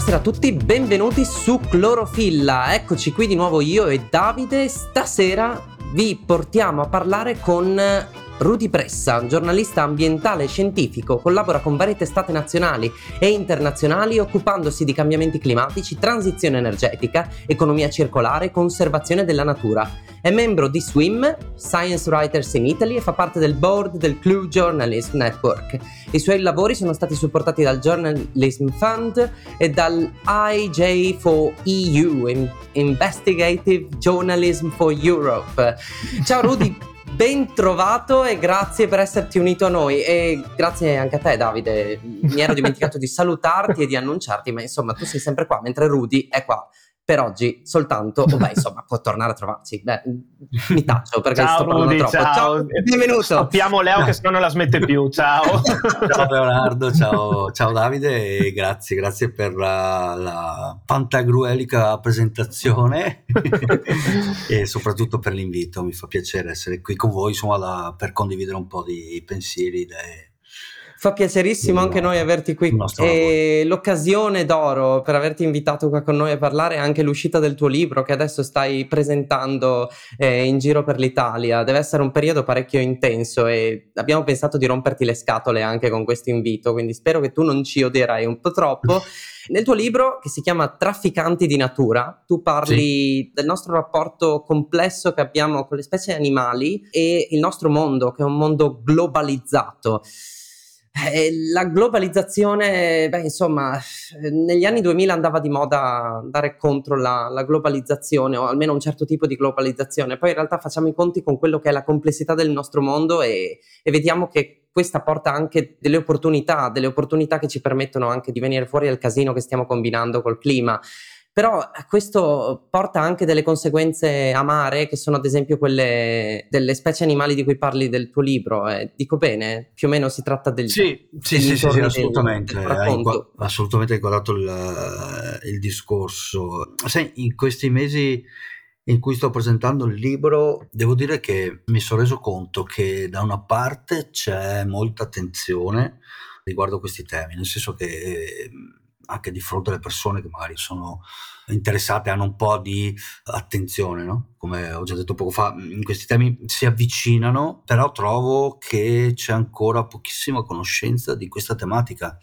Buonasera a tutti, benvenuti su Clorofilla. Eccoci qui di nuovo io e Davide. Stasera vi portiamo a parlare con Rudy Pressa, un giornalista ambientale e scientifico, collabora con varie testate nazionali e internazionali occupandosi di cambiamenti climatici, transizione energetica, economia circolare e conservazione della natura. È membro di SWIM, Science Writers in Italy, e fa parte del board del Clue Journalism Network. I suoi lavori sono stati supportati dal Journalism Fund e dal IJ4EU, Investigative Journalism for Europe. Ciao Rudy, ben trovato e grazie per esserti unito a noi, e grazie anche a te Davide. Mi ero dimenticato di salutarti e di annunciarti, ma insomma tu sei sempre qua, mentre Rudy è qua per oggi soltanto, insomma può tornare a trovarci. Mi taccio perché ciao, sto parlando Rudy, troppo. ciao, benvenuto. Stoppiamo Leo che sennò non la smette più. Ciao. Ciao Leonardo, ciao Davide, e grazie per la pantagruelica presentazione e soprattutto per l'invito. Mi fa piacere essere qui con voi, insomma, per condividere un po' di pensieri, idee. Fa piacerissimo anche noi averti qui, e l'occasione d'oro per averti invitato qua con noi a parlare è anche l'uscita del tuo libro che adesso stai presentando in giro per l'Italia. Deve essere un periodo parecchio intenso e abbiamo pensato di romperti le scatole anche con questo invito, quindi spero che tu non ci odierai un po' troppo. Nel tuo libro, che si chiama Trafficanti di natura, tu parli del nostro rapporto complesso che abbiamo con le specie animali e il nostro mondo, che è un mondo globalizzato. La globalizzazione, insomma, negli anni 2000 andava di moda andare contro la globalizzazione, o almeno un certo tipo di globalizzazione. Poi in realtà facciamo i conti con quello che è la complessità del nostro mondo e vediamo che questa porta anche delle opportunità che ci permettono anche di venire fuori dal casino che stiamo combinando col clima. Però questo porta anche delle conseguenze amare, che sono ad esempio quelle delle specie animali di cui parli del tuo libro. Dico bene? Più o meno si tratta del... Sì, assolutamente. Assolutamente hai guardato il discorso. Sai, in questi mesi in cui sto presentando il libro, devo dire che mi sono reso conto che da una parte c'è molta attenzione riguardo questi temi, nel senso che anche di fronte alle persone che magari sono interessate, hanno un po' di attenzione, no? Come ho già detto poco fa, in questi temi si avvicinano, però trovo che c'è ancora pochissima conoscenza di questa tematica,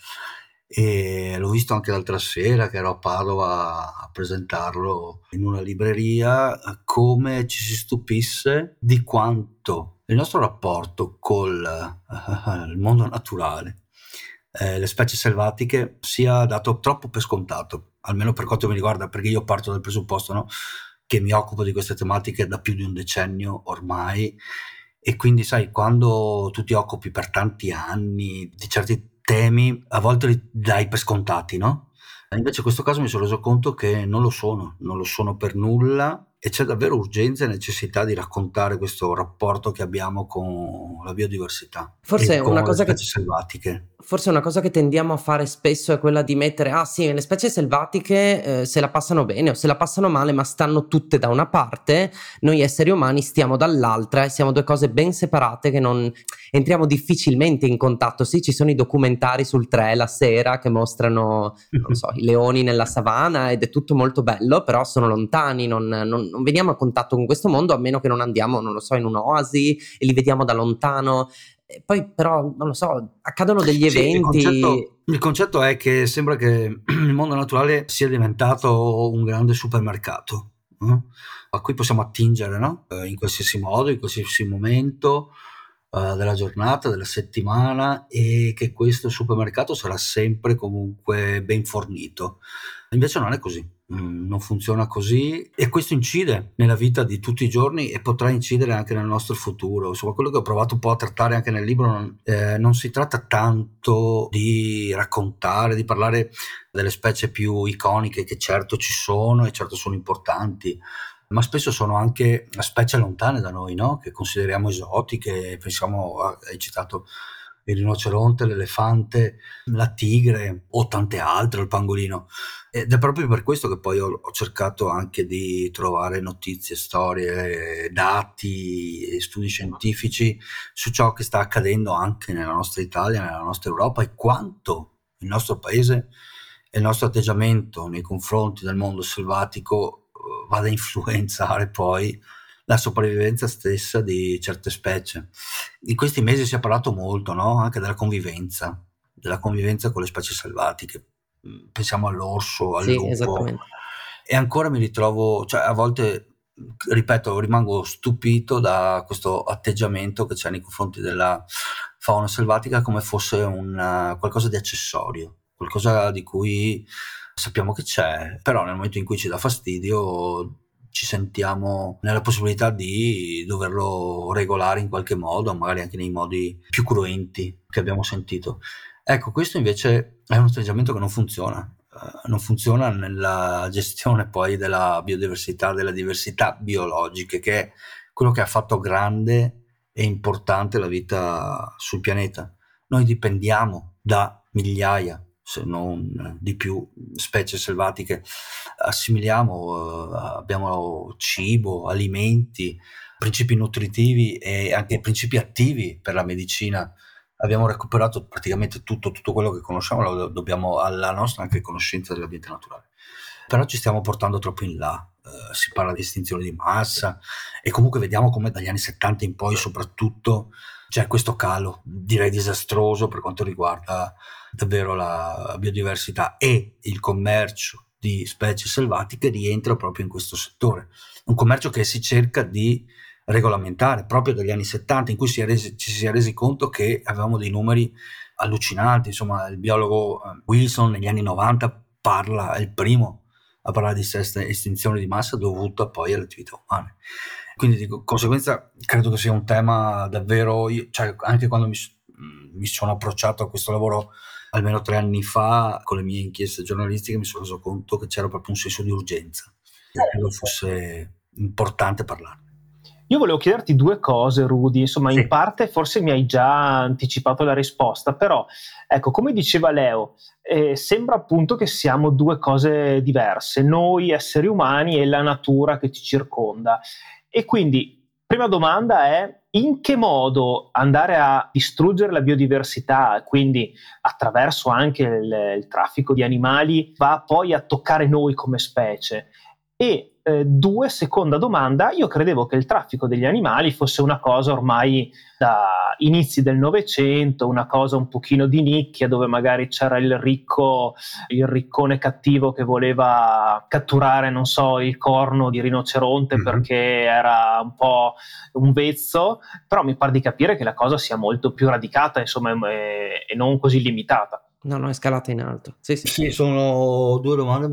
e l'ho visto anche l'altra sera che ero a Padova a presentarlo in una libreria, come ci si stupisse di quanto il nostro rapporto col mondo naturale, le specie selvatiche, sia dato troppo per scontato, almeno per quanto mi riguarda, perché io parto dal presupposto, no, che mi occupo di queste tematiche da più di un decennio ormai, e quindi sai, quando tu ti occupi per tanti anni di certi temi, a volte li dai per scontati, no? Invece in questo caso mi sono reso conto che non lo sono per nulla, e c'è davvero urgenza e necessità di raccontare questo rapporto che abbiamo con la biodiversità. Forse e con una cosa le specie selvatiche. Forse una cosa che tendiamo a fare spesso è quella di mettere, le specie selvatiche se la passano bene o se la passano male, ma stanno tutte da una parte, noi esseri umani stiamo dall'altra, e siamo due cose ben separate che non entriamo difficilmente in contatto. Sì, ci sono i documentari sul 3 la sera che mostrano, non so, i leoni nella savana, ed è tutto molto bello, però sono lontani, non veniamo a contatto con questo mondo, a meno che non andiamo, non lo so, in un'oasi e li vediamo da lontano. Poi però, non lo so, accadono degli eventi. Il concetto è che sembra che il mondo naturale sia diventato un grande supermercato, a cui possiamo attingere, no? In qualsiasi modo, in qualsiasi momento della giornata, della settimana, e che questo supermercato sarà sempre comunque ben fornito. Invece non è così. Non funziona così, e questo incide nella vita di tutti i giorni e potrà incidere anche nel nostro futuro. Insomma, quello che ho provato un po' a trattare anche nel libro, non si tratta tanto di raccontare, di parlare delle specie più iconiche, che certo ci sono e certo sono importanti, ma spesso sono anche specie lontane da noi, no? Che consideriamo esotiche. Pensiamo, hai citato il rinoceronte, l'elefante, la tigre o tante altre, il pangolino. Ed è proprio per questo che poi ho cercato anche di trovare notizie, storie, dati e studi scientifici su ciò che sta accadendo anche nella nostra Italia, nella nostra Europa, e quanto il nostro paese e il nostro atteggiamento nei confronti del mondo selvatico vada a influenzare poi la sopravvivenza stessa di certe specie. In questi mesi si è parlato molto, no? Anche della convivenza con le specie selvatiche. Pensiamo all'orso, al lupo. Esattamente. E ancora mi ritrovo, cioè a volte, ripeto, rimango stupito da questo atteggiamento che c'è nei confronti della fauna selvatica, come fosse qualcosa di accessorio, qualcosa di cui sappiamo che c'è, però nel momento in cui ci dà fastidio ci sentiamo nella possibilità di doverlo regolare in qualche modo, magari anche nei modi più cruenti che abbiamo sentito. Ecco, questo invece è un atteggiamento che non funziona nella gestione poi della biodiversità, della diversità biologica, che è quello che ha fatto grande e importante la vita sul pianeta. Noi dipendiamo da migliaia, se non di più, specie selvatiche, assimiliamo, abbiamo cibo, alimenti, principi nutritivi e anche principi attivi per la medicina. Abbiamo recuperato praticamente tutto quello che conosciamo, lo dobbiamo alla nostra anche conoscenza dell'ambiente naturale. Però ci stiamo portando troppo in là, si parla di estinzione di massa e comunque vediamo come dagli anni 70 in poi soprattutto c'è questo calo, direi disastroso per quanto riguarda davvero la biodiversità, e il commercio di specie selvatiche rientra proprio in questo settore, un commercio che si cerca di regolamentare proprio dagli anni 70, in cui ci si è resi conto che avevamo dei numeri allucinanti. Insomma, il biologo Wilson negli anni 90 è il primo a parlare di estinzione di massa dovuta poi alle attività umane. Quindi di conseguenza credo che sia un tema davvero, cioè anche quando mi sono approcciato a questo lavoro almeno 3 anni fa con le mie inchieste giornalistiche, mi sono reso conto che c'era proprio un senso di urgenza, che credo fosse importante parlare. Io volevo chiederti 2 cose, Rudy, insomma sì. In parte forse mi hai già anticipato la risposta, però ecco, come diceva Leo, sembra appunto che siamo 2 cose diverse, noi esseri umani e la natura che ci circonda. E quindi, prima domanda è: in che modo andare a distruggere la biodiversità, quindi attraverso anche il traffico di animali, va poi a toccare noi come specie? E 2, seconda domanda, io credevo che il traffico degli animali fosse una cosa ormai da inizi del Novecento, una cosa un pochino di nicchia, dove magari c'era il riccone cattivo che voleva catturare, non so, il corno di rinoceronte perché era un po' un vezzo, però mi pare di capire che la cosa sia molto più radicata, insomma, e non così limitata. No, è scalata in alto. Sì, sono 2 domande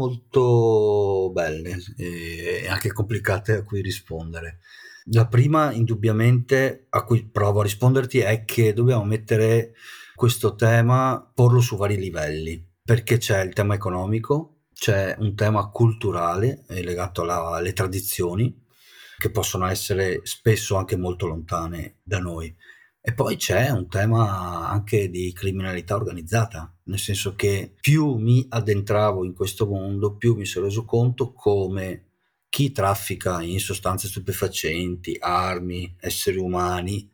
molto belle e anche complicate a cui rispondere. La prima, indubbiamente, a cui provo a risponderti, è che dobbiamo mettere questo tema, porlo su vari livelli, perché c'è il tema economico, c'è un tema culturale legato alle tradizioni, che possono essere spesso anche molto lontane da noi. E poi c'è un tema anche di criminalità organizzata, nel senso che più mi addentravo in questo mondo, più mi sono reso conto come chi traffica in sostanze stupefacenti, armi, esseri umani,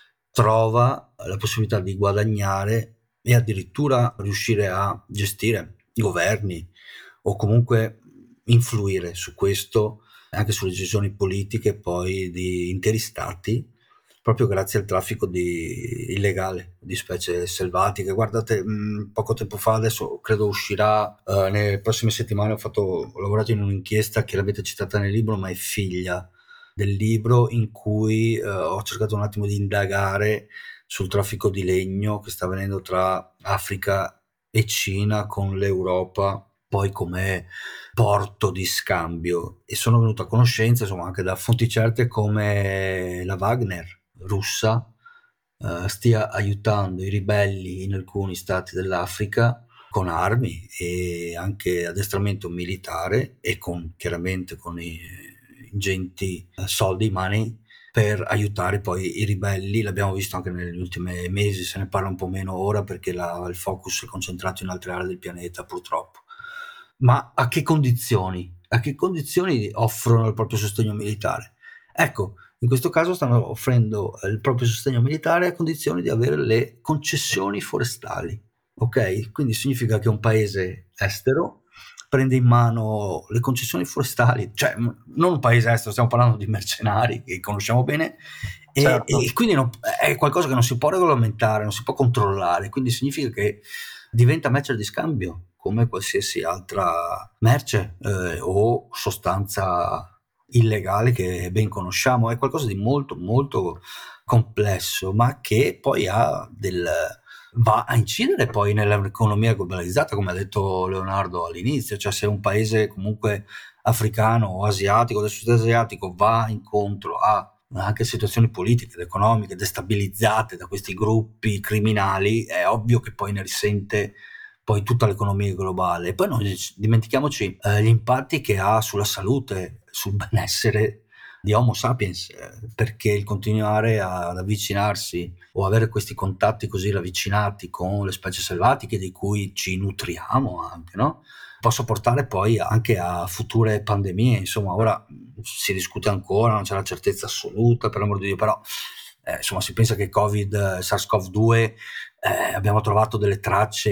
trova la possibilità di guadagnare e addirittura riuscire a gestire i governi o comunque influire su questo, anche sulle decisioni politiche poi di interi stati, proprio grazie al traffico illegale di specie selvatiche. Guardate, poco tempo fa, adesso credo uscirà nelle prossime settimane, ho lavorato in un'inchiesta che l'avete citata nel libro, ma è figlia del libro, in cui ho cercato un attimo di indagare sul traffico di legno che sta avvenendo tra Africa e Cina con l'Europa poi come porto di scambio, e sono venuto a conoscenza, insomma, anche da fonti certe, come la Wagner russa stia aiutando i ribelli in alcuni stati dell'Africa con armi e anche addestramento militare, e chiaramente con i ingenti soldi, money, per aiutare poi i ribelli. L'abbiamo visto anche negli ultimi mesi, se ne parla un po' meno ora perché il focus è concentrato in altre aree del pianeta, purtroppo. Ma a che condizioni? A che condizioni offrono il proprio sostegno militare? Ecco, in questo caso stanno offrendo il proprio sostegno militare a condizione di avere le concessioni forestali. ok? Quindi significa che un paese estero prende in mano le concessioni forestali, cioè non un paese estero, stiamo parlando di mercenari che conosciamo bene, Certo. e quindi è qualcosa che non si può regolamentare, non si può controllare, quindi significa che diventa merce di scambio come qualsiasi altra merce o sostanza illegale che ben conosciamo. È qualcosa di molto molto complesso, ma che poi va a incidere poi nell'economia globalizzata, come ha detto Leonardo all'inizio. Cioè, se un paese comunque africano o asiatico, del sud asiatico, va incontro a anche situazioni politiche ed economiche destabilizzate da questi gruppi criminali, è ovvio che poi ne risente poi tutta l'economia globale. E poi non dimentichiamoci gli impatti che ha sulla salute, sul benessere di Homo sapiens, perché il continuare ad avvicinarsi o avere questi contatti così ravvicinati con le specie selvatiche di cui ci nutriamo anche, no? Possa portare poi anche a future pandemie. Insomma, ora si discute ancora, non c'è la certezza assoluta, per l'amor di Dio, però insomma, si pensa che SARS-CoV-2 abbiamo trovato delle tracce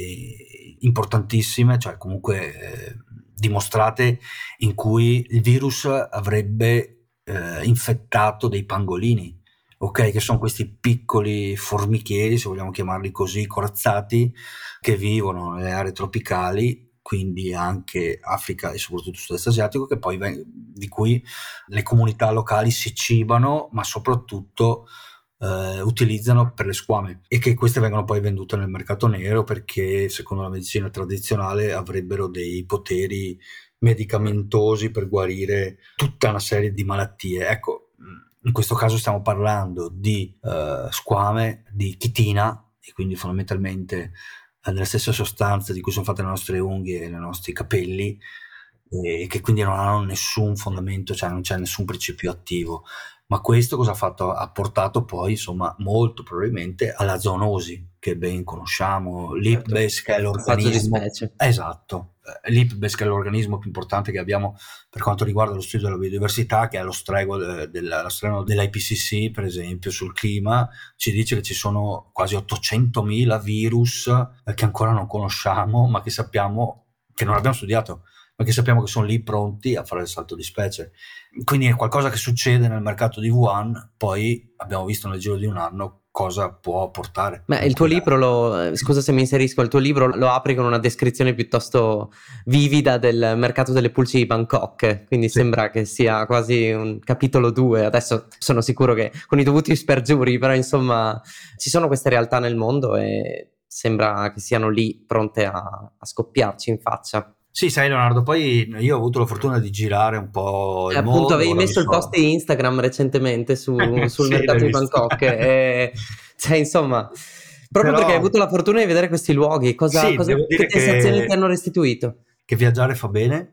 importantissime, cioè comunque dimostrate, in cui il virus avrebbe infettato dei pangolini, ok? Che sono questi piccoli formichieri, se vogliamo chiamarli così, corazzati, che vivono nelle aree tropicali, quindi anche Africa e soprattutto sud-est asiatico, che poi di cui le comunità locali si cibano, ma soprattutto utilizzano per le squame, e che queste vengono poi vendute nel mercato nero perché secondo la medicina tradizionale avrebbero dei poteri medicamentosi per guarire tutta una serie di malattie. Ecco, in questo caso stiamo parlando di squame, di chitina, e quindi fondamentalmente delle stesse sostanze di cui sono fatte le nostre unghie e i nostri capelli, e che quindi non hanno nessun fondamento, cioè non c'è nessun principio attivo. Ma questo cosa ha fatto? Ha portato poi, insomma, molto probabilmente alla zoonosi, che ben conosciamo. L'Ipbes, che è l'organismo, esatto, l'Ipbes, che è l'organismo più importante che abbiamo per quanto riguarda lo studio della biodiversità, che è lo strego dell'IPCC, per esempio, sul clima, ci dice che ci sono quasi 800.000 virus che ancora non conosciamo, ma che sappiamo che non abbiamo studiato, ma che sappiamo che sono lì pronti a fare il salto di specie. Quindi è qualcosa che succede nel mercato di Wuhan, poi abbiamo visto nel giro di un anno cosa può portare. Ma il tuo libro, scusa se mi inserisco, il tuo libro lo apri con una descrizione piuttosto vivida del mercato delle pulci di Bangkok, quindi sì, sembra che sia quasi un capitolo 2. Adesso sono sicuro che con i dovuti spergiuri, però insomma ci sono queste realtà nel mondo e sembra che siano lì pronte a scoppiarci in faccia. Sì, sai Leonardo, poi io ho avuto la fortuna di girare un po' il mondo. Appunto, avevi messo il post di Instagram recentemente sul sì, mercato di Bangkok e cioè, insomma, proprio perché hai avuto la fortuna di vedere questi luoghi, che sensazioni ti hanno restituito? Che viaggiare fa bene,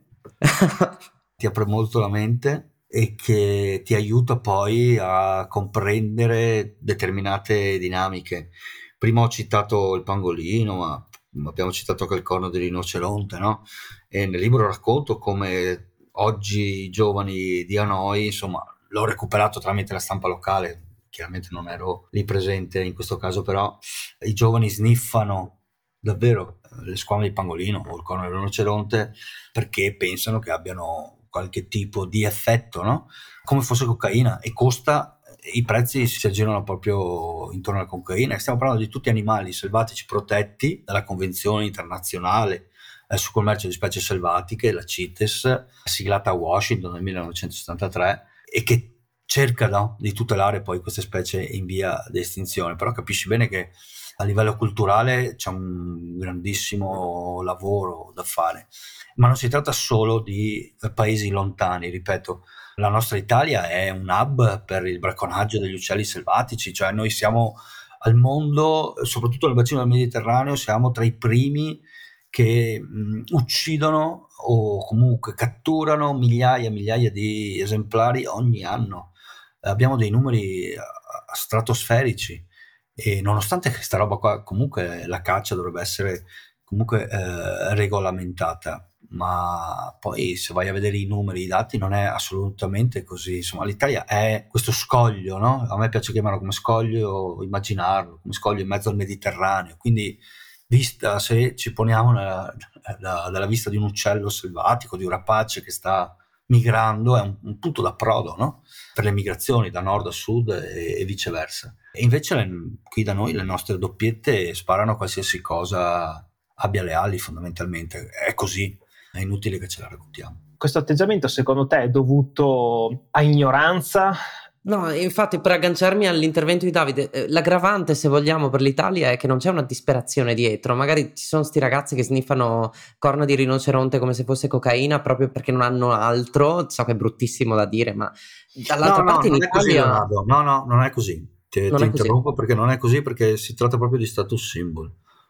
ti apre molto la mente e che ti aiuta poi a comprendere determinate dinamiche. Prima ho citato il pangolino, ma abbiamo citato anche il corno di rinoceronte, no? E nel libro racconto come oggi i giovani di Hanoi, insomma, l'ho recuperato tramite la stampa locale, chiaramente non ero lì presente in questo caso, però i giovani sniffano davvero le squame di pangolino o il corno di rinoceronte perché pensano che abbiano qualche tipo di effetto, no? Come fosse cocaina, e costa. I prezzi si aggirano proprio intorno alla cocaina. Stiamo parlando di tutti animali selvatici protetti dalla Convenzione internazionale sul commercio di specie selvatiche, la CITES, siglata a Washington nel 1973, e che cerca di tutelare poi queste specie in via di estinzione. Però capisci bene che a livello culturale c'è un grandissimo lavoro da fare, ma non si tratta solo di paesi lontani, ripeto. La nostra Italia è un hub per il bracconaggio degli uccelli selvatici, cioè noi siamo al mondo, soprattutto nel bacino del Mediterraneo, siamo tra i primi che uccidono o comunque catturano migliaia e migliaia di esemplari ogni anno. Abbiamo dei numeri stratosferici, e nonostante questa roba qua, comunque la caccia dovrebbe essere comunque regolamentata. Ma poi se vai a vedere i numeri, i dati, non è assolutamente così. Insomma, l'Italia è questo scoglio, no? A me piace chiamarlo come scoglio, immaginarlo come scoglio in mezzo al Mediterraneo, quindi vista, se ci poniamo dalla vista di un uccello selvatico, di un rapace che sta migrando, è un punto d'approdo, no? Per le migrazioni da nord a sud e viceversa. E invece qui da noi le nostre doppiette sparano a qualsiasi cosa abbia le ali, fondamentalmente. È così, è inutile che ce la raccontiamo. Questo atteggiamento secondo te è dovuto a ignoranza? No, infatti, per agganciarmi all'intervento di Davide, l'aggravante, se vogliamo, per l'Italia è che non c'è una disperazione dietro. Magari ci sono sti ragazzi che sniffano corna di rinoceronte come se fosse cocaina proprio perché non hanno altro. So che è bruttissimo da dire, ma dall'altra parte in Italia... No, non è così. Ti interrompo perché non è così, perché si tratta proprio di status symbol.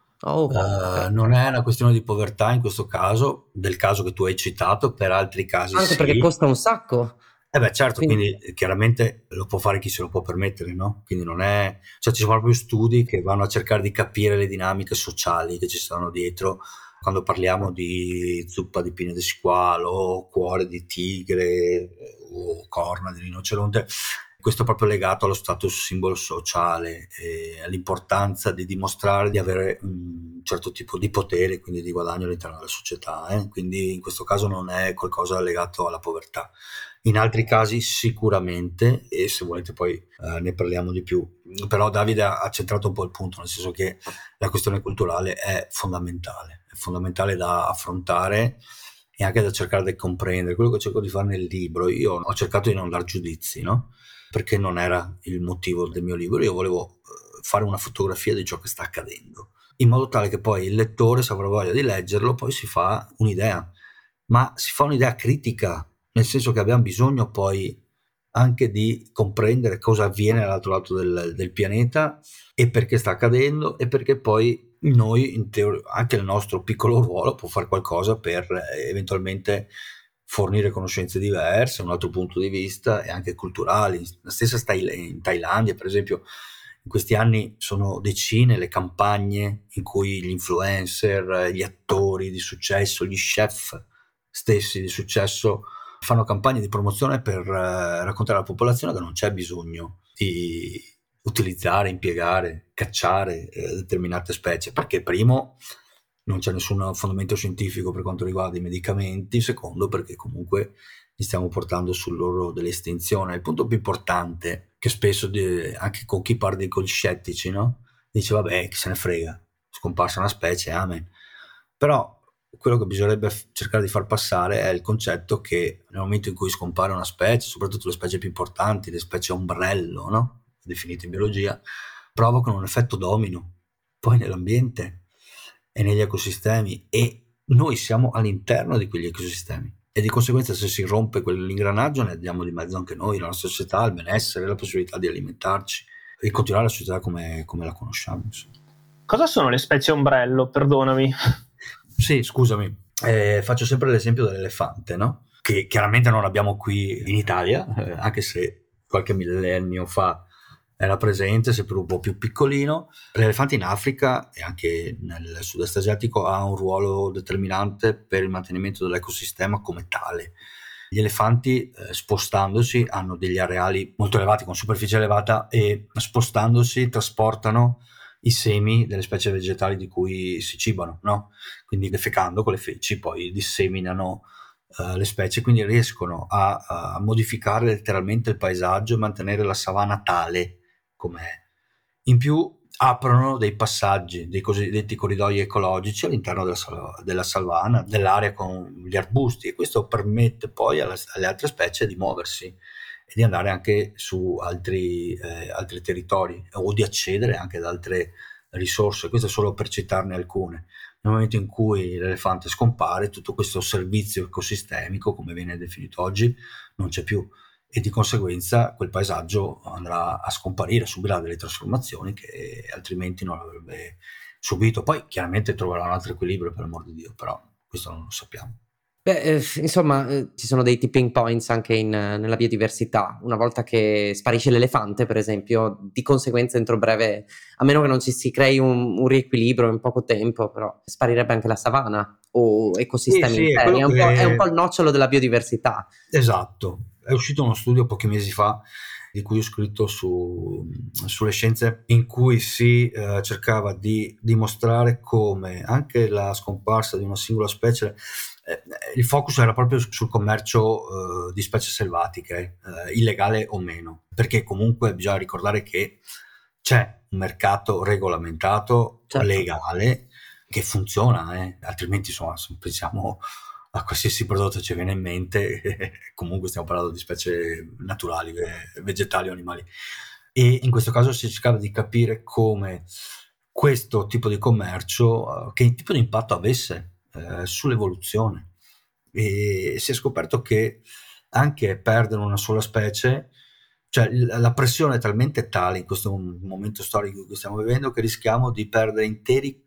Okay. Non è una questione di povertà in questo caso, del caso che tu hai citato, per altri casi anche sì. Perché costa un sacco. Certo, quindi chiaramente lo può fare chi se lo può permettere, no? Quindi non è... Cioè ci sono proprio studi che vanno a cercare di capire le dinamiche sociali che ci stanno dietro quando parliamo di zuppa di pinne di squalo, o cuore di tigre, o corna di rinoceronte. Questo è proprio legato allo status symbol sociale e all'importanza di dimostrare di avere un certo tipo di potere, quindi di guadagno all'interno della società. Quindi in questo caso non è qualcosa legato alla povertà. In altri casi sicuramente, e se volete poi ne parliamo di più. Però Davide ha centrato un po' il punto, nel senso che la questione culturale è fondamentale da affrontare e anche da cercare di comprendere. Quello che cerco di fare nel libro, io ho cercato di non dar giudizi, no? Perché non era il motivo del mio libro, io volevo fare una fotografia di ciò che sta accadendo, in modo tale che poi il lettore, se avrà voglia di leggerlo, poi si fa un'idea, ma si fa un'idea critica, nel senso che abbiamo bisogno poi anche di comprendere cosa avviene all'altro lato del pianeta e perché sta accadendo, e perché poi noi, anche il nostro piccolo ruolo, può fare qualcosa per eventualmente fornire conoscenze diverse, un altro punto di vista e anche culturali. La stessa in Thailandia, per esempio, in questi anni sono decine le campagne in cui gli influencer, gli attori di successo, gli chef stessi di successo fanno campagne di promozione per raccontare alla popolazione che non c'è bisogno di utilizzare, impiegare, cacciare determinate specie, perché primo non c'è nessun fondamento scientifico per quanto riguarda i medicamenti, secondo perché comunque li stiamo portando sull'orlo dell'estinzione. Il punto più importante, che spesso anche con chi parli con gli scettici, no? Dice vabbè, chi se ne frega, scomparsa una specie, amen. Però quello che bisognerebbe cercare di far passare è il concetto che nel momento in cui scompare una specie, soprattutto le specie più importanti, le specie ombrello, no? Definite in biologia, provocano un effetto domino poi nell'ambiente e negli ecosistemi, e noi siamo all'interno di quegli ecosistemi, e di conseguenza se si rompe quell'ingranaggio ne diamo di mezzo anche noi, la nostra società, il benessere, la possibilità di alimentarci e continuare la società come la conosciamo, insomma. Cosa sono le specie ombrello? Perdonami. Sì, scusami, faccio sempre l'esempio dell'elefante, no? Che chiaramente non abbiamo qui in Italia, anche se qualche millennio fa era presente, seppur un po' più piccolino. L'elefante in Africa e anche nel sud-est asiatico ha un ruolo determinante per il mantenimento dell'ecosistema come tale. Gli elefanti spostandosi hanno degli areali molto elevati, con superficie elevata, e spostandosi trasportano i semi delle specie vegetali di cui si cibano, no? Quindi defecando con le feci poi disseminano le specie, quindi riescono a modificare letteralmente il paesaggio e mantenere la savana tale com'è. In più aprono dei passaggi, dei cosiddetti corridoi ecologici all'interno della savana, dell'area con gli arbusti, e questo permette poi alle altre specie di muoversi e di andare anche su altri territori o di accedere anche ad altre risorse. Questo è solo per citarne alcune. Nel momento in cui l'elefante scompare, tutto questo servizio ecosistemico, come viene definito oggi, non c'è più, e di conseguenza quel paesaggio andrà a scomparire, subirà delle trasformazioni che altrimenti non avrebbe subito. Poi chiaramente troverà un altro equilibrio, per l'amor di Dio, però questo non lo sappiamo. Insomma, ci sono dei tipping points anche nella biodiversità. Una volta che sparisce l'elefante, per esempio, di conseguenza entro breve, a meno che non ci si crei un riequilibrio in poco tempo, però sparirebbe anche la savana o ecosistemi interi. È un po' il nocciolo della biodiversità. Esatto. È uscito uno studio pochi mesi fa di cui ho scritto sulle scienze, in cui si cercava di dimostrare come anche la scomparsa di una singola specie, il focus era proprio sul commercio di specie selvatiche, illegale o meno, perché comunque bisogna ricordare che c'è un mercato regolamentato, certo, legale, che funziona, altrimenti insomma se pensiamo a qualsiasi prodotto ci viene in mente, comunque stiamo parlando di specie naturali, vegetali o animali. E in questo caso si cercava di capire come questo tipo di commercio, che tipo di impatto avesse sull'evoluzione. E si è scoperto che anche perdere una sola specie, cioè la pressione è talmente tale in questo momento storico che stiamo vivendo, che rischiamo di perdere interi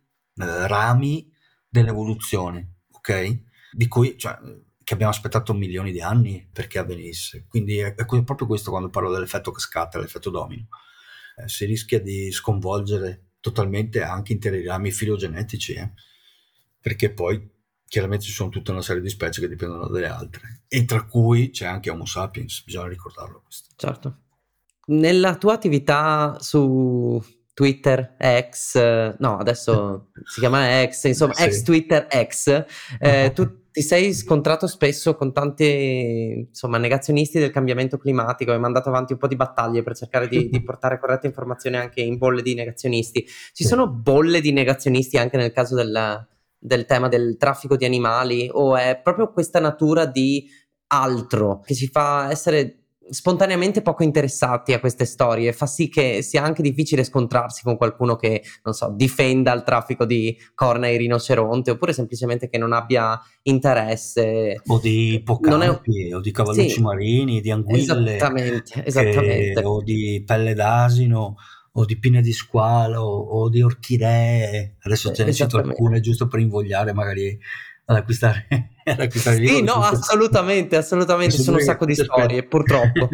rami dell'evoluzione, ok? Di cui, cioè, che abbiamo aspettato milioni di anni perché avvenisse. Quindi è proprio questo quando parlo dell'effetto cascata, l'effetto domino. Si rischia di sconvolgere totalmente anche interi rami filogenetici, perché poi chiaramente ci sono tutta una serie di specie che dipendono dalle altre, e tra cui c'è anche Homo sapiens, bisogna ricordarlo questo. Certo. Nella tua attività su Twitter X, no, adesso si chiama X, insomma, sì. Ex Twitter X, tu ti sei scontrato spesso con tanti, insomma, negazionisti del cambiamento climatico, hai mandato avanti un po' di battaglie per cercare di portare corretta informazione anche in bolle di negazionisti. Ci sono bolle di negazionisti anche nel caso del tema del traffico di animali, o è proprio questa natura di altro che ci fa essere spontaneamente poco interessati a queste storie, fa sì che sia anche difficile scontrarsi con qualcuno che, non so, difenda il traffico di corna ai rinoceronte, oppure semplicemente che non abbia interesse, o di ippocampi, o di cavallucci, sì, marini, di anguille, esattamente. O di pelle d'asino, o di pinne di squalo, o di orchidee. Adesso te ne cito alcune giusto per invogliare magari ad acquistare sì, libro. No, assolutamente, sono un sacco di storie, purtroppo.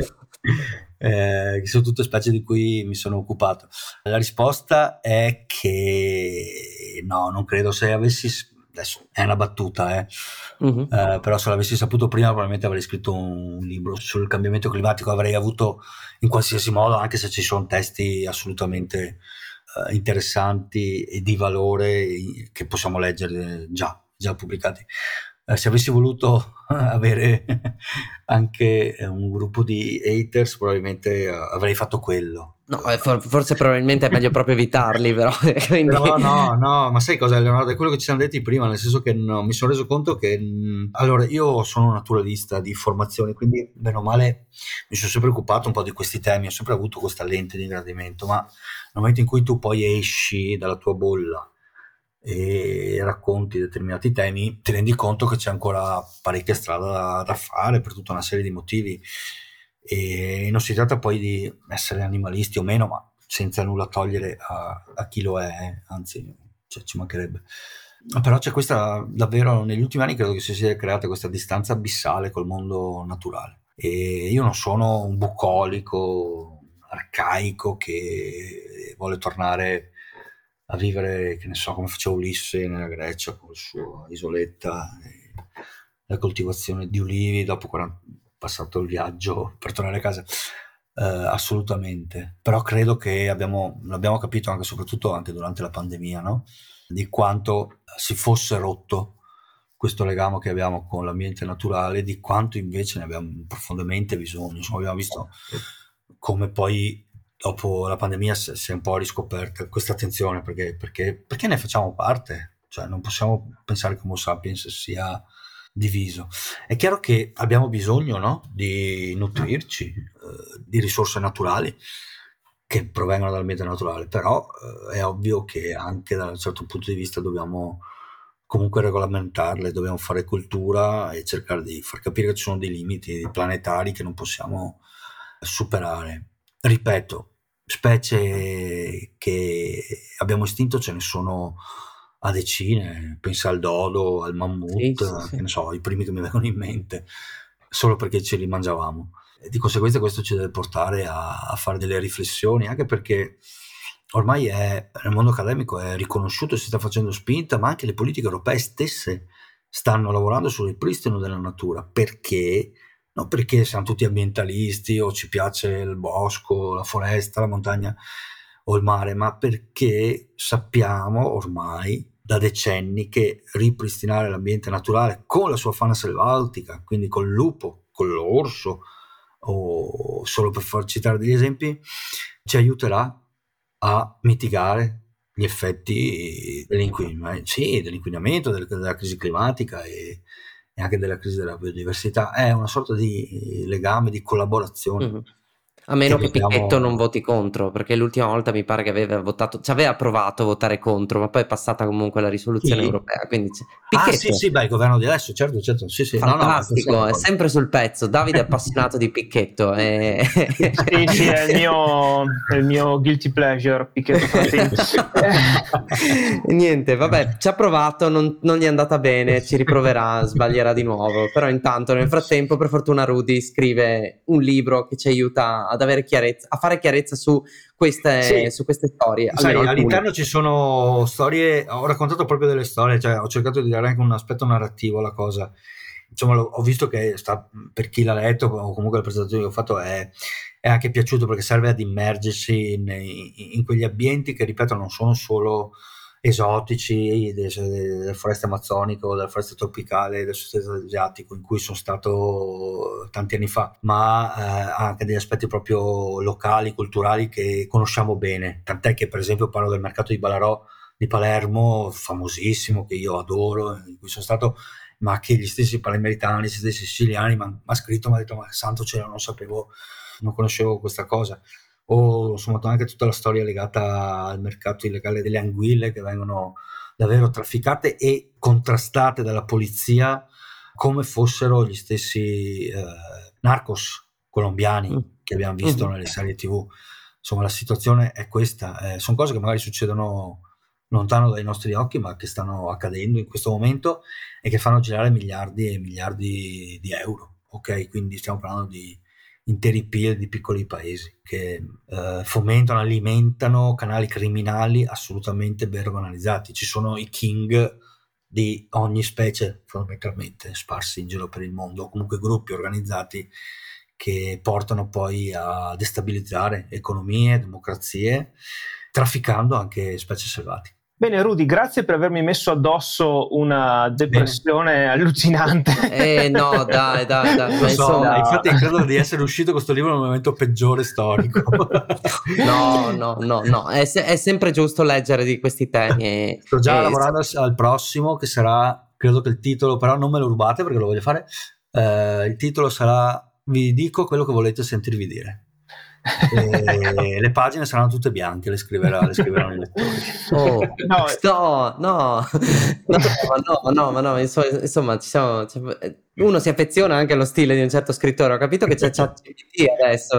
Che sono tutte specie di cui mi sono occupato. La risposta è che no, non credo. Se avessi, adesso è una battuta, però se l'avessi saputo prima probabilmente avrei scritto un libro sul cambiamento climatico, avrei avuto in qualsiasi modo, anche se ci sono testi assolutamente interessanti e di valore che possiamo leggere già pubblicati. Se avessi voluto avere anche un gruppo di haters, probabilmente avrei fatto quello. No, forse probabilmente è meglio proprio evitarli, però. Quindi... Però no, ma sai cosa, Leonardo? È quello che ci siamo detti prima, nel senso che mi sono reso conto che allora io sono un naturalista di formazione, quindi bene o male mi sono sempre occupato un po' di questi temi, ho sempre avuto questa lente di ingrandimento, ma nel momento in cui tu poi esci dalla tua bolla e racconti determinati temi, ti rendi conto che c'è ancora parecchia strada da fare per tutta una serie di motivi, e non si tratta poi di essere animalisti o meno, ma senza nulla togliere a chi lo è, anzi, cioè, ci mancherebbe. Però c'è questa, davvero negli ultimi anni credo che si sia creata questa distanza abissale col mondo naturale, e io non sono un bucolico arcaico che vuole tornare a vivere, che ne so, come faceva Ulisse nella Grecia con la sua isoletta e la coltivazione di ulivi dopo passato il viaggio per tornare a casa. Assolutamente, però credo che l'abbiamo capito anche soprattutto anche durante la pandemia, no? Di quanto si fosse rotto questo legame che abbiamo con l'ambiente naturale, di quanto invece ne abbiamo profondamente bisogno. Insomma, abbiamo visto come poi dopo la pandemia si è un po' riscoperta questa attenzione, perché ne facciamo parte, cioè non possiamo pensare che Homo sapiens sia diviso. È chiaro che abbiamo bisogno, no, di nutrirci di risorse naturali che provengono dall'ambiente naturale, però è ovvio che anche da un certo punto di vista dobbiamo comunque regolamentarle, dobbiamo fare cultura e cercare di far capire che ci sono dei limiti planetari che non possiamo superare. Ripeto, specie che abbiamo estinto ce ne sono a decine, pensa al dodo, al mammut, sì. Che ne so, i primi che mi vengono in mente, solo perché ce li mangiavamo. E di conseguenza questo ci deve portare a fare delle riflessioni, anche perché ormai nel mondo accademico è riconosciuto e si sta facendo spinta, ma anche le politiche europee stesse stanno lavorando sul ripristino della natura, perché non perché siamo tutti ambientalisti o ci piace il bosco, la foresta, la montagna o il mare, ma perché sappiamo ormai da decenni che ripristinare l'ambiente naturale con la sua fauna selvatica, quindi col lupo, con l'orso, o solo per far citare degli esempi, ci aiuterà a mitigare gli effetti dell'inquinamento, della crisi climatica e anche della crisi della biodiversità. È una sorta di legame, di collaborazione. Mm-hmm. A meno che Picchetto non voti contro, perché l'ultima volta mi pare che aveva provato a votare contro, ma poi è passata comunque la risoluzione europea. Quindi Picchetto. Sì, il governo di adesso, certo. Sì. Fantastico, no, è sempre sul pezzo. Davide è appassionato di Picchetto. Sì, è il mio guilty pleasure, Picchetto. Niente, vabbè, ci ha provato, non gli è andata bene, ci riproverà, sbaglierà di nuovo. Però intanto, nel frattempo, per fortuna Rudy scrive un libro che ci aiuta ad avere chiarezza, a fare chiarezza su queste storie. Sai, all'interno ci sono storie, ho raccontato proprio delle storie, cioè ho cercato di dare anche un aspetto narrativo alla cosa. Insomma, ho visto che per chi l'ha letto o comunque la presentazione che ho fatto è anche piaciuto, perché serve ad immergersi in quegli ambienti che, ripeto, non sono solo esotici delle foreste amazzoniche o della foresta tropicale del sud-est asiatico, in cui sono stato tanti anni fa, ma anche degli aspetti proprio locali, culturali, che conosciamo bene. Tant'è che, per esempio, parlo del mercato di Ballarò di Palermo, famosissimo, che io adoro, in cui sono stato, ma che gli stessi palermitani, gli stessi siciliani mi ha scritto, mi ha detto: ma santo cielo, non sapevo, non conoscevo questa cosa. O insomma anche tutta la storia legata al mercato illegale delle anguille, che vengono davvero trafficate e contrastate dalla polizia come fossero gli stessi narcos colombiani che abbiamo visto nelle serie TV. Insomma, la situazione è questa, sono cose che magari succedono lontano dai nostri occhi, ma che stanno accadendo in questo momento e che fanno girare miliardi e miliardi di euro. Ok, quindi stiamo parlando di interi PIL di piccoli paesi che fomentano, alimentano canali criminali assolutamente ben organizzati. Ci sono i king di ogni specie fondamentalmente sparsi in giro per il mondo, o comunque gruppi organizzati che portano poi a destabilizzare economie, democrazie, trafficando anche specie selvatiche. Bene Rudy, grazie per avermi messo addosso una depressione allucinante. No, dai. Lo so, infatti credo di essere uscito questo libro nel momento peggiore storico. No, è sempre giusto leggere di questi temi. Sto già lavorando al prossimo, che sarà, credo che il titolo, però non me lo rubate perché lo voglio fare, il titolo sarà "Vi dico quello che volete sentirvi dire". Le pagine saranno tutte bianche, le scriveranno i lettori. No, insomma, uno si affeziona anche allo stile di un certo scrittore. Ho capito che c'è ChatGPT adesso.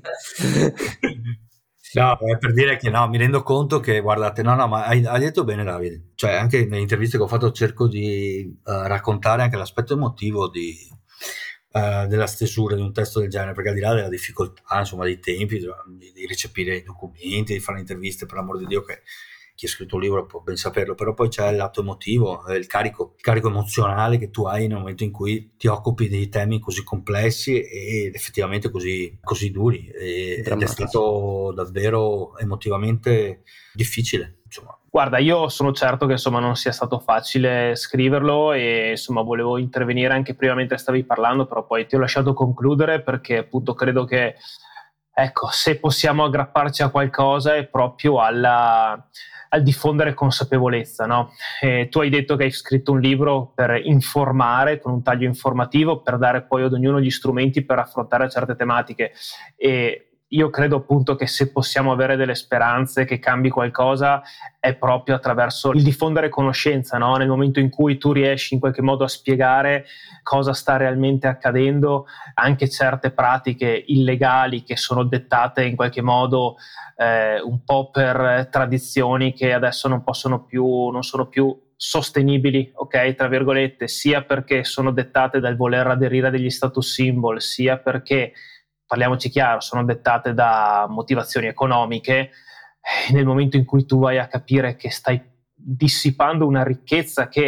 No, è per dire che mi rendo conto che, guardate, ma hai detto bene Davide, cioè anche nelle interviste che ho fatto cerco di raccontare anche l'aspetto emotivo della stesura di un testo del genere, perché al di là della difficoltà, insomma, dei tempi di recepire i documenti, di fare interviste, per l'amor di Dio, che chi ha scritto un libro può ben saperlo, però poi c'è il lato emotivo, il carico emozionale che tu hai nel momento in cui ti occupi di temi così complessi ed effettivamente così duri, ed è stato davvero emotivamente difficile, insomma. Guarda, io sono certo che non sia stato facile scriverlo e volevo intervenire anche prima mentre stavi parlando, però poi ti ho lasciato concludere perché appunto credo che, ecco, se possiamo aggrapparci a qualcosa è proprio al diffondere consapevolezza, no? Tu hai detto che hai scritto un libro per informare, con un taglio informativo, per dare poi ad ognuno gli strumenti per affrontare certe tematiche, e io credo appunto che se possiamo avere delle speranze che cambi qualcosa è proprio attraverso il diffondere conoscenza, no? Nel momento in cui tu riesci in qualche modo a spiegare cosa sta realmente accadendo, anche certe pratiche illegali che sono dettate in qualche modo un po' per tradizioni che adesso non sono più sostenibili, ok, tra virgolette, sia perché sono dettate dal voler aderire a degli status symbol, sia perché, parliamoci chiaro, sono dettate da motivazioni economiche. Nel momento in cui tu vai a capire che stai dissipando una ricchezza che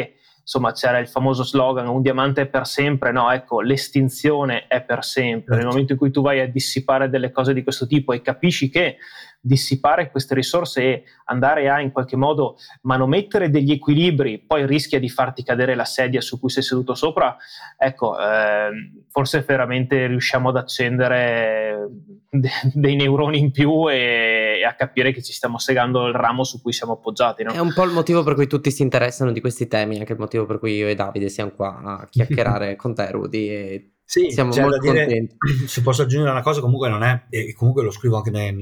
insomma c'era il famoso slogan un diamante è per sempre, no, ecco, l'estinzione è per sempre. Nel momento in cui tu vai a dissipare delle cose di questo tipo e capisci che dissipare queste risorse e andare a in qualche modo manomettere degli equilibri poi rischia di farti cadere la sedia su cui sei seduto sopra, ecco, forse veramente riusciamo ad accendere dei neuroni in più e a capire che ci stiamo segando il ramo su cui siamo appoggiati, no? È un po' il motivo per cui tutti si interessano di questi temi, anche il motivo per cui io e Davide siamo qua a chiacchierare con te, Rudy, e sì, siamo molto contenti. Se posso aggiungere una cosa, comunque non è, e comunque lo scrivo anche nel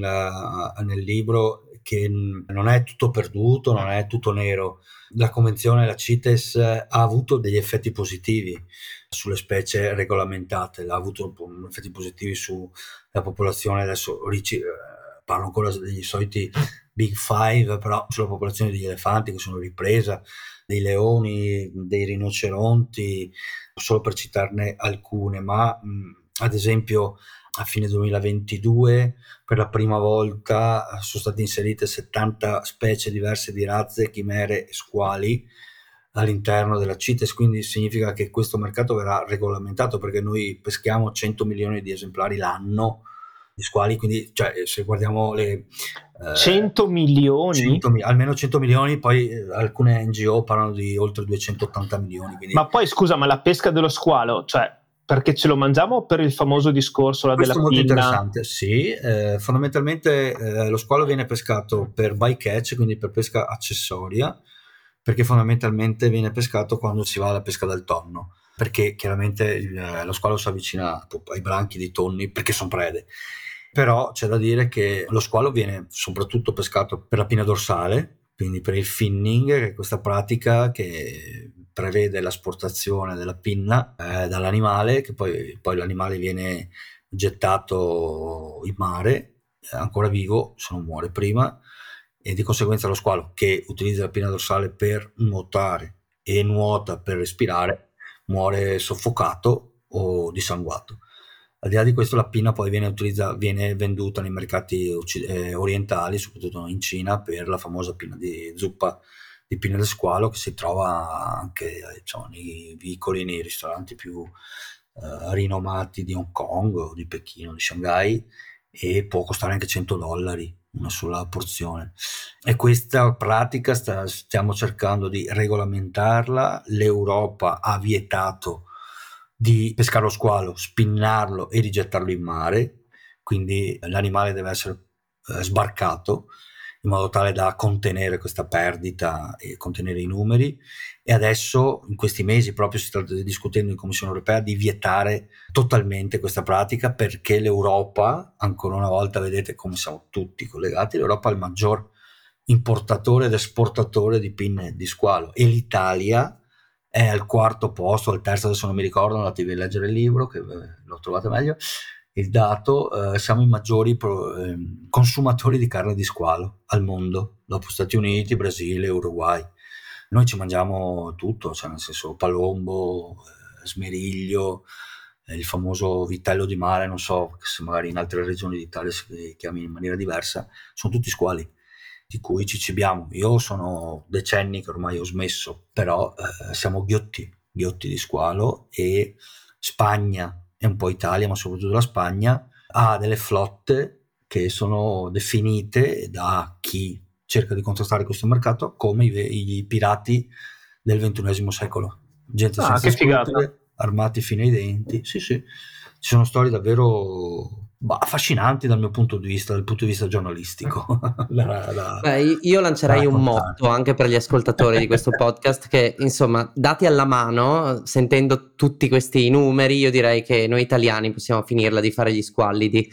libro, che non è tutto perduto, non è tutto nero. La convenzione, la CITES, ha avuto degli effetti positivi sulle specie regolamentate, ha avuto effetti positivi sulla popolazione. Adesso parlo ancora degli soliti Big Five, però sulla popolazione degli elefanti che sono ripresa, dei leoni, dei rinoceronti, solo per citarne alcune, ma ad esempio a fine 2022 per la prima volta sono state inserite 70 specie diverse di razze, chimere e squali all'interno della CITES, quindi significa che questo mercato verrà regolamentato, perché noi peschiamo 100 milioni di esemplari l'anno di squali, quindi cioè, se guardiamo le 100 milioni? Almeno 100 milioni, poi alcune NGO parlano di oltre 280 milioni. Quindi... Ma poi scusa, ma la pesca dello squalo, cioè perché ce lo mangiamo per il famoso discorso della pinna? Questo è molto interessante, sì. Fondamentalmente lo squalo viene pescato per bycatch, quindi per pesca accessoria, perché fondamentalmente viene pescato quando si va alla pesca del tonno, perché chiaramente lo squalo si avvicina ai branchi dei tonni perché sono prede. Però c'è da dire che lo squalo viene soprattutto pescato per la pinna dorsale, quindi per il finning, che è questa pratica che prevede l'asportazione della pinna dall'animale, che poi l'animale viene gettato in mare, ancora vivo, se non muore prima, e di conseguenza lo squalo, che utilizza la pinna dorsale per nuotare e nuota per respirare, muore soffocato o dissanguato. Al di là di questo, la pinna poi viene venduta nei mercati orientali, soprattutto in Cina, per la famosa pinna di zuppa di pinna del squalo, che si trova anche nei vicoli, nei ristoranti più rinomati di Hong Kong o di Pechino, di Shanghai, e può costare anche $100 una sola porzione. E questa pratica stiamo cercando di regolamentarla. L'Europa ha vietato di pescare lo squalo, spinnarlo e rigettarlo in mare, quindi l'animale deve essere sbarcato in modo tale da contenere questa perdita e contenere i numeri. E adesso in questi mesi proprio si sta discutendo in Commissione Europea di vietare totalmente questa pratica, perché l'Europa, ancora una volta, vedete come siamo tutti collegati, l'Europa è il maggior importatore ed esportatore di pinne di squalo, e l'Italia è al quarto posto, al terzo, adesso non mi ricordo, andatevi a leggere il libro che lo trovate meglio, il dato. Siamo i maggiori consumatori di carne di squalo al mondo, dopo Stati Uniti, Brasile, Uruguay. Noi ci mangiamo tutto, cioè nel senso palombo, smeriglio, il famoso vitello di mare, non so se magari in altre regioni d'Italia si chiami in maniera diversa, sono tutti squali di cui ci cibiamo. Io sono decenni che ormai ho smesso, però siamo ghiotti di squalo, e Spagna e un po' Italia, ma soprattutto la Spagna, ha delle flotte che sono definite da chi cerca di contrastare questo mercato come i pirati del XXI secolo. Gente senza scrupoli, armati fino ai denti. Sì, ci sono storie davvero affascinanti dal mio punto di vista, dal punto di vista giornalistico. Io lancerei un motto anche per gli ascoltatori di questo podcast, che insomma, dati alla mano, sentendo tutti questi numeri, io direi che noi italiani possiamo finirla di fare gli squallidi.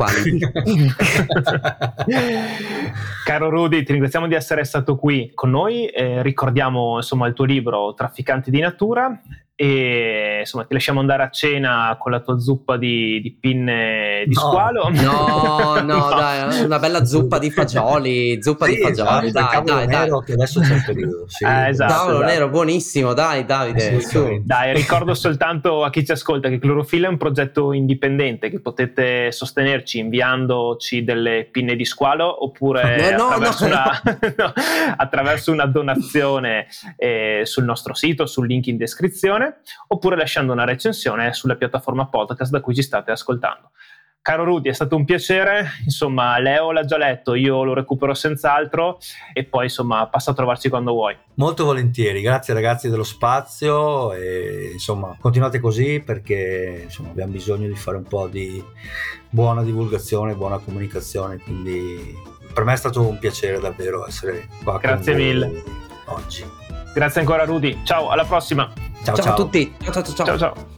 Caro Rudy, ti ringraziamo di essere stato qui con noi, ricordiamo insomma il tuo libro Trafficanti di natura, e insomma ti lasciamo andare a cena con la tua zuppa di pinne di squalo. No, dai, una bella zuppa di fagioli, dai, dai. Che adesso c'è il periodo. Esatto. Cavolo nero, buonissimo, dai Davide, su. Dai, ricordo soltanto a chi ci ascolta che Clorofilla è un progetto indipendente, che potete sostenerci inviandoci delle pinne di squalo oppure attraverso una donazione sul nostro sito, sul link in descrizione, oppure lasciando una recensione sulla piattaforma podcast da cui ci state ascoltando. Caro Rudy, è stato un piacere, insomma Leo l'ha già letto, io lo recupero senz'altro e poi insomma passa a trovarci quando vuoi. Molto volentieri, grazie ragazzi dello spazio e insomma continuate così perché insomma abbiamo bisogno di fare un po' di buona divulgazione, buona comunicazione, quindi per me è stato un piacere davvero essere qua. Grazie mille oggi. Grazie ancora Rudy, ciao, alla prossima. Ciao a tutti, ciao. Ciao.